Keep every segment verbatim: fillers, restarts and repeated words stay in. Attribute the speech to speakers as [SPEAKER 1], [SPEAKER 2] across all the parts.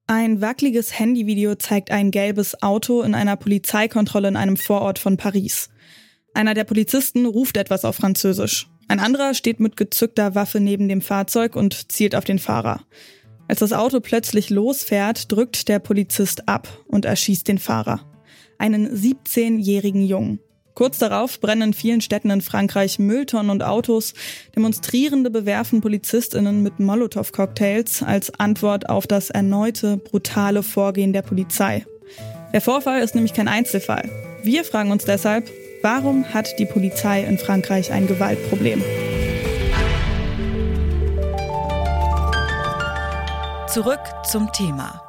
[SPEAKER 1] Ein wackeliges Handyvideo zeigt ein gelbes Auto in einer Polizeikontrolle in einem Vorort von Paris. Einer der Polizisten ruft etwas auf Französisch. Ein anderer steht mit gezückter Waffe neben dem Fahrzeug und zielt auf den Fahrer. Als das Auto plötzlich losfährt, drückt der Polizist ab und erschießt den Fahrer. Einen siebzehnjährigen Jungen. Kurz darauf brennen in vielen Städten in Frankreich Mülltonnen und Autos. Demonstrierende bewerfen PolizistInnen mit Molotow-Cocktails als Antwort auf das erneute brutale Vorgehen der Polizei. Der Vorfall ist nämlich kein Einzelfall. Wir fragen uns deshalb, warum hat die Polizei in Frankreich ein Gewaltproblem?
[SPEAKER 2] Zurück zum Thema.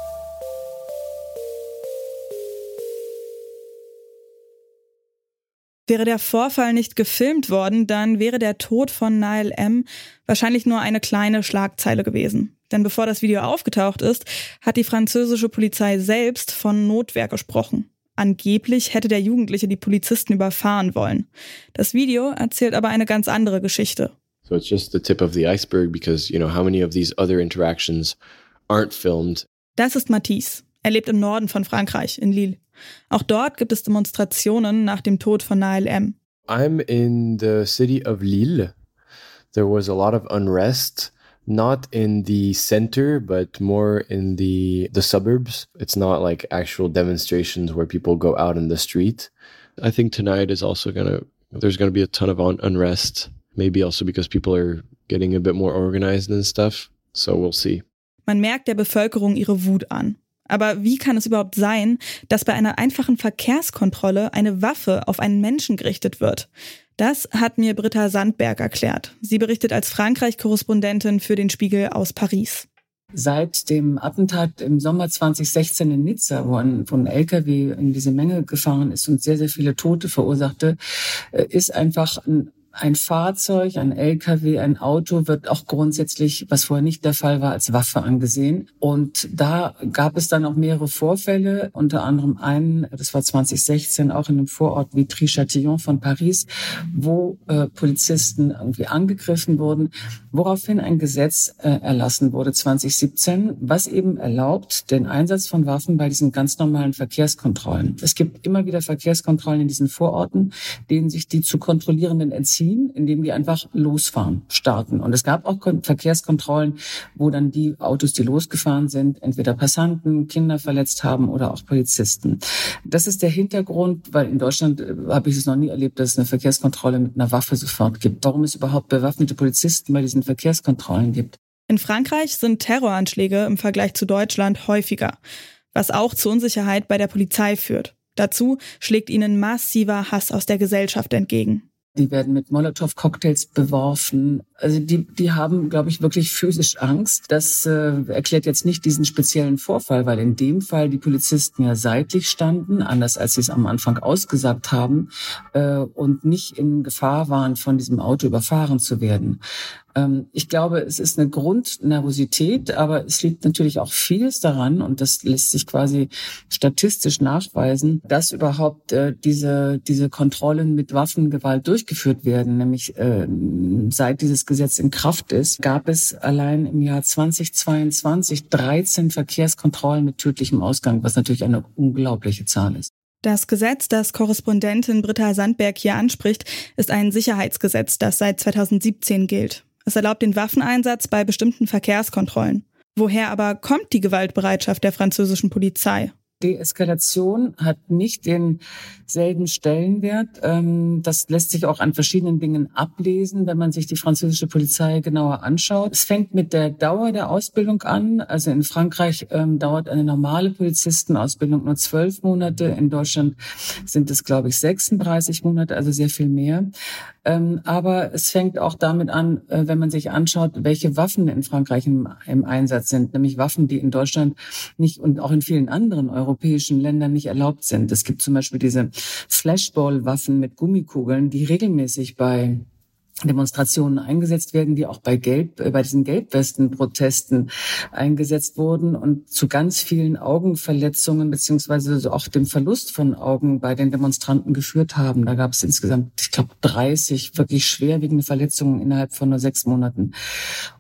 [SPEAKER 1] Wäre der Vorfall nicht gefilmt worden, dann wäre der Tod von Nahel M. wahrscheinlich nur eine kleine Schlagzeile gewesen. Denn bevor das Video aufgetaucht ist, hat die französische Polizei selbst von Notwehr gesprochen. Angeblich hätte der Jugendliche die Polizisten überfahren wollen. Das Video erzählt aber eine ganz andere Geschichte.
[SPEAKER 3] So it's just the tip of the iceberg because, you know, how many of these other interactions aren't filmed?
[SPEAKER 1] Das ist Mathis. Er lebt im Norden von Frankreich, in Lille. Auch dort gibt es Demonstrationen nach dem Tod von Nahel M.
[SPEAKER 3] I'm in the city of Lille. There was a lot of unrest, not in the center, but more in the the suburbs. It's not like actual demonstrations where people go out in the street. I think tonight is also gonna, there's gonna be a ton of un- unrest. Maybe also because people are getting a bit more organized and stuff. So we'll see.
[SPEAKER 1] Man merkt der Bevölkerung ihre Wut an. Aber wie kann es überhaupt sein, dass bei einer einfachen Verkehrskontrolle eine Waffe auf einen Menschen gerichtet wird? Das hat mir Britta Sandberg erklärt. Sie berichtet als Frankreich-Korrespondentin für den Spiegel aus Paris.
[SPEAKER 4] Seit dem Attentat im Sommer zwanzig sechzehn in Nizza, wo ein, wo ein L K W in diese Menge gefahren ist und sehr, sehr viele Tote verursachte, ist einfach ein Ein Fahrzeug, ein L K W, ein Auto wird auch grundsätzlich, was vorher nicht der Fall war, als Waffe angesehen. Und da gab es dann auch mehrere Vorfälle, unter anderem einen, das war zwanzig sechzehn, auch in einem Vorort Vitry-Châtillon von Paris, wo äh, Polizisten irgendwie angegriffen wurden, woraufhin ein Gesetz äh, erlassen wurde zwanzig siebzehn, was eben erlaubt den Einsatz von Waffen bei diesen ganz normalen Verkehrskontrollen. Es gibt immer wieder Verkehrskontrollen in diesen Vororten, denen sich die zu kontrollierenden entziehen, indem die einfach losfahren, starten. Und es gab auch Verkehrskontrollen, wo dann die Autos, die losgefahren sind, entweder Passanten, Kinder verletzt haben oder auch Polizisten. Das ist der Hintergrund, weil in Deutschland äh, habe ich es noch nie erlebt, dass es eine Verkehrskontrolle mit einer Waffe sofort gibt. Warum es überhaupt bewaffnete Polizisten bei diesen Verkehrskontrollen gibt.
[SPEAKER 1] In Frankreich sind Terroranschläge im Vergleich zu Deutschland häufiger, was auch zu Unsicherheit bei der Polizei führt. Dazu schlägt ihnen massiver Hass aus der Gesellschaft entgegen.
[SPEAKER 4] Die werden mit Molotow-Cocktails beworfen. Also die, die haben, glaube ich, wirklich physisch Angst. Das äh, erklärt jetzt nicht diesen speziellen Vorfall, weil in dem Fall die Polizisten ja seitlich standen, anders als sie es am Anfang ausgesagt haben, äh, und nicht in Gefahr waren, von diesem Auto überfahren zu werden. Ähm, ich glaube, es ist eine Grundnervosität, aber es liegt natürlich auch vieles daran, und das lässt sich quasi statistisch nachweisen, dass überhaupt äh, diese diese Kontrollen mit Waffengewalt durchgeführt werden. Nämlich äh, seit dieses Gesetz in Kraft ist, gab es allein im Jahr zweitausendzweiundzwanzig dreizehn Verkehrskontrollen mit tödlichem Ausgang, was natürlich eine unglaubliche Zahl ist.
[SPEAKER 1] Das Gesetz, das Korrespondentin Britta Sandberg hier anspricht, ist ein Sicherheitsgesetz, das seit zweitausendsiebzehn gilt. Es erlaubt den Waffeneinsatz bei bestimmten Verkehrskontrollen. Woher aber kommt die Gewaltbereitschaft der französischen Polizei?
[SPEAKER 4] Deeskalation hat nicht denselben Stellenwert. Das lässt sich auch an verschiedenen Dingen ablesen, wenn man sich die französische Polizei genauer anschaut. Es fängt mit der Dauer der Ausbildung an. Also in Frankreich ähm, dauert eine normale Polizistenausbildung nur zwölf Monate. In Deutschland sind es, glaube ich, sechsunddreißig Monate, also sehr viel mehr. Ähm, aber es fängt auch damit an, äh, wenn man sich anschaut, welche Waffen in Frankreich im, im Einsatz sind. Nämlich Waffen, die in Deutschland nicht und auch in vielen anderen europäischen Ländern nicht erlaubt sind. Es gibt zum Beispiel diese Flashball-Waffen mit Gummikugeln, die regelmäßig bei Demonstrationen eingesetzt werden, die auch bei Gelb, bei diesen Gelbwesten-Protesten eingesetzt wurden und zu ganz vielen Augenverletzungen beziehungsweise auch dem Verlust von Augen bei den Demonstranten geführt haben. Da gab es insgesamt, ich glaube, dreißig wirklich schwerwiegende Verletzungen innerhalb von nur sechs Monaten.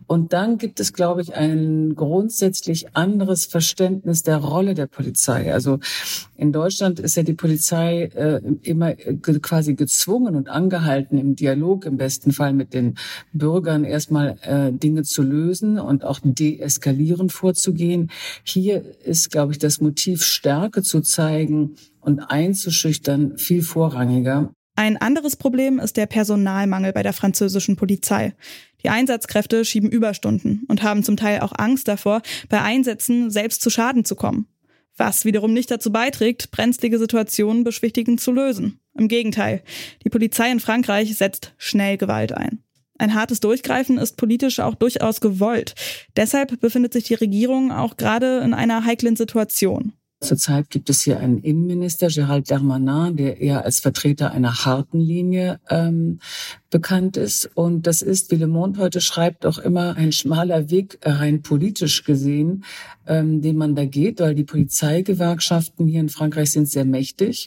[SPEAKER 4] Und dann gibt es, glaube ich, ein grundsätzlich anderes Verständnis der Rolle der Polizei. Also in Deutschland ist ja die Polizei äh, immer ge- quasi gezwungen und angehalten, im Dialog im besten Fall mit den Bürgern erstmal äh, Dinge zu lösen und auch deeskalierend vorzugehen. Hier ist, glaube ich, das Motiv, Stärke zu zeigen und einzuschüchtern, viel vorrangiger.
[SPEAKER 1] Ein anderes Problem ist der Personalmangel bei der französischen Polizei. Die Einsatzkräfte schieben Überstunden und haben zum Teil auch Angst davor, bei Einsätzen selbst zu Schaden zu kommen. Was wiederum nicht dazu beiträgt, brenzlige Situationen beschwichtigend zu lösen. Im Gegenteil, die Polizei in Frankreich setzt schnell Gewalt ein. Ein hartes Durchgreifen ist politisch auch durchaus gewollt. Deshalb befindet sich die Regierung auch gerade in einer heiklen Situation.
[SPEAKER 4] Zurzeit gibt es hier einen Innenminister, Gérald Darmanin, der eher als Vertreter einer harten Linie ähm, bekannt ist. Und das ist, wie Le Monde heute schreibt, auch immer ein schmaler Weg, rein politisch gesehen, ähm, den man da geht, weil die Polizeigewerkschaften hier in Frankreich sind sehr mächtig.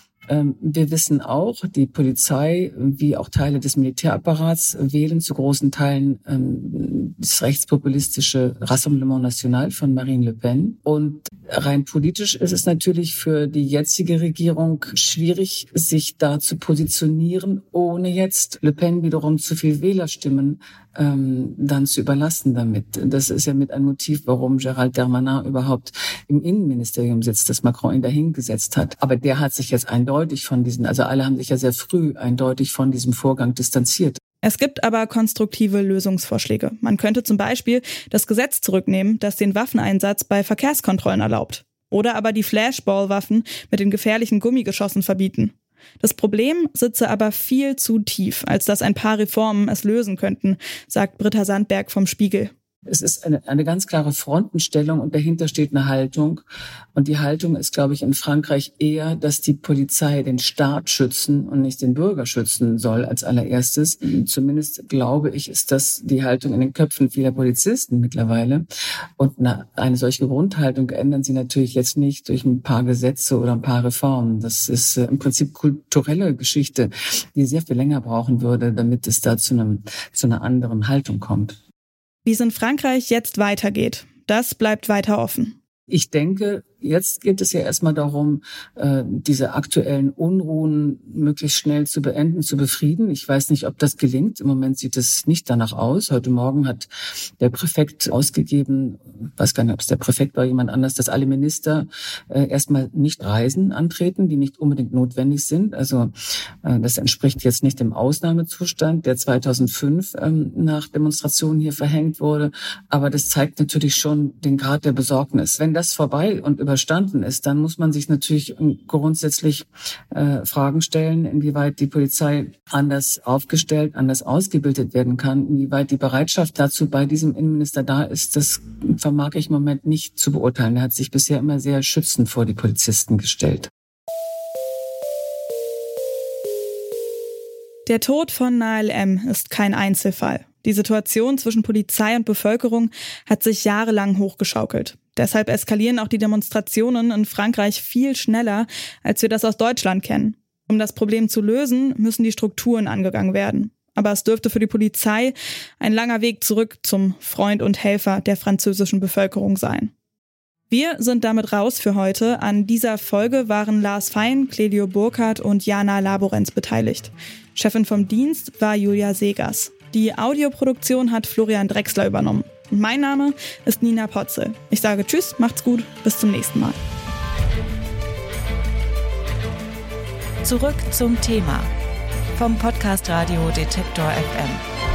[SPEAKER 4] Wir wissen auch, die Polizei wie auch Teile des Militärapparats wählen zu großen Teilen ähm, das rechtspopulistische Rassemblement National von Marine Le Pen. Und rein politisch ist es natürlich für die jetzige Regierung schwierig, sich da zu positionieren, ohne jetzt Le Pen wiederum zu viel Wählerstimmen ähm, dann zu überlasten damit. Das ist ja mit ein Motiv, warum Gérald Darmanin überhaupt im Innenministerium sitzt, das Macron ihn dahin gesetzt hat. Aber der hat sich jetzt eindeutig von diesen, also alle haben sich ja sehr früh eindeutig von diesem Vorgang distanziert.
[SPEAKER 1] Es gibt aber konstruktive Lösungsvorschläge. Man könnte zum Beispiel das Gesetz zurücknehmen, das den Waffeneinsatz bei Verkehrskontrollen erlaubt. Oder aber die Flashball-Waffen mit den gefährlichen Gummigeschossen verbieten. Das Problem sitze aber viel zu tief, als dass ein paar Reformen es lösen könnten, sagt Britta Sandberg vom Spiegel.
[SPEAKER 4] Es ist eine, eine ganz klare Frontenstellung und dahinter steht eine Haltung. Und die Haltung ist, glaube ich, in Frankreich eher, dass die Polizei den Staat schützen und nicht den Bürger schützen soll als allererstes. Zumindest, glaube ich, ist das die Haltung in den Köpfen vieler Polizisten mittlerweile. Und eine, eine solche Grundhaltung ändern sie natürlich jetzt nicht durch ein paar Gesetze oder ein paar Reformen. Das ist äh, im Prinzip kulturelle Geschichte, die sehr viel länger brauchen würde, damit es da zu einem, zu einer anderen Haltung kommt.
[SPEAKER 1] Wie es in Frankreich jetzt weitergeht, das bleibt weiter offen.
[SPEAKER 4] Ich denke, jetzt geht es ja erstmal darum, äh, diese aktuellen Unruhen möglichst schnell zu beenden, zu befrieden. Ich weiß nicht, ob das gelingt. Im Moment sieht es nicht danach aus. Heute Morgen hat der Präfekt ausgegeben, weiß gar nicht, ob es der Präfekt war, jemand anders, dass alle Minister äh, erstmal nicht Reisen antreten, die nicht unbedingt notwendig sind. Also äh, das entspricht jetzt nicht dem Ausnahmezustand, der zweitausendfünf ähm, nach Demonstrationen hier verhängt wurde. Aber das zeigt natürlich schon den Grad der Besorgnis. Wenn das vorbei und überstanden ist, dann muss man sich natürlich grundsätzlich äh, Fragen stellen, inwieweit die Polizei anders aufgestellt, anders ausgebildet werden kann, inwieweit die Bereitschaft dazu bei diesem Innenminister da ist, das vermag ich im Moment nicht zu beurteilen. Er hat sich bisher immer sehr schützend vor die Polizisten gestellt.
[SPEAKER 1] Der Tod von Nael M. ist kein Einzelfall. Die Situation zwischen Polizei und Bevölkerung hat sich jahrelang hochgeschaukelt. Deshalb eskalieren auch die Demonstrationen in Frankreich viel schneller, als wir das aus Deutschland kennen. Um das Problem zu lösen, müssen die Strukturen angegangen werden. Aber es dürfte für die Polizei ein langer Weg zurück zum Freund und Helfer der französischen Bevölkerung sein. Wir sind damit raus für heute. An dieser Folge waren Lars Fein, Clelio Burkhardt und Jana Laborenz beteiligt. Chefin vom Dienst war Julia Segers. Die Audioproduktion hat Florian Drexler übernommen. Und mein Name ist Nina Potzel. Ich sage Tschüss, macht's gut, bis zum nächsten Mal.
[SPEAKER 2] Zurück zum Thema vom Podcast Radio Detektor F M.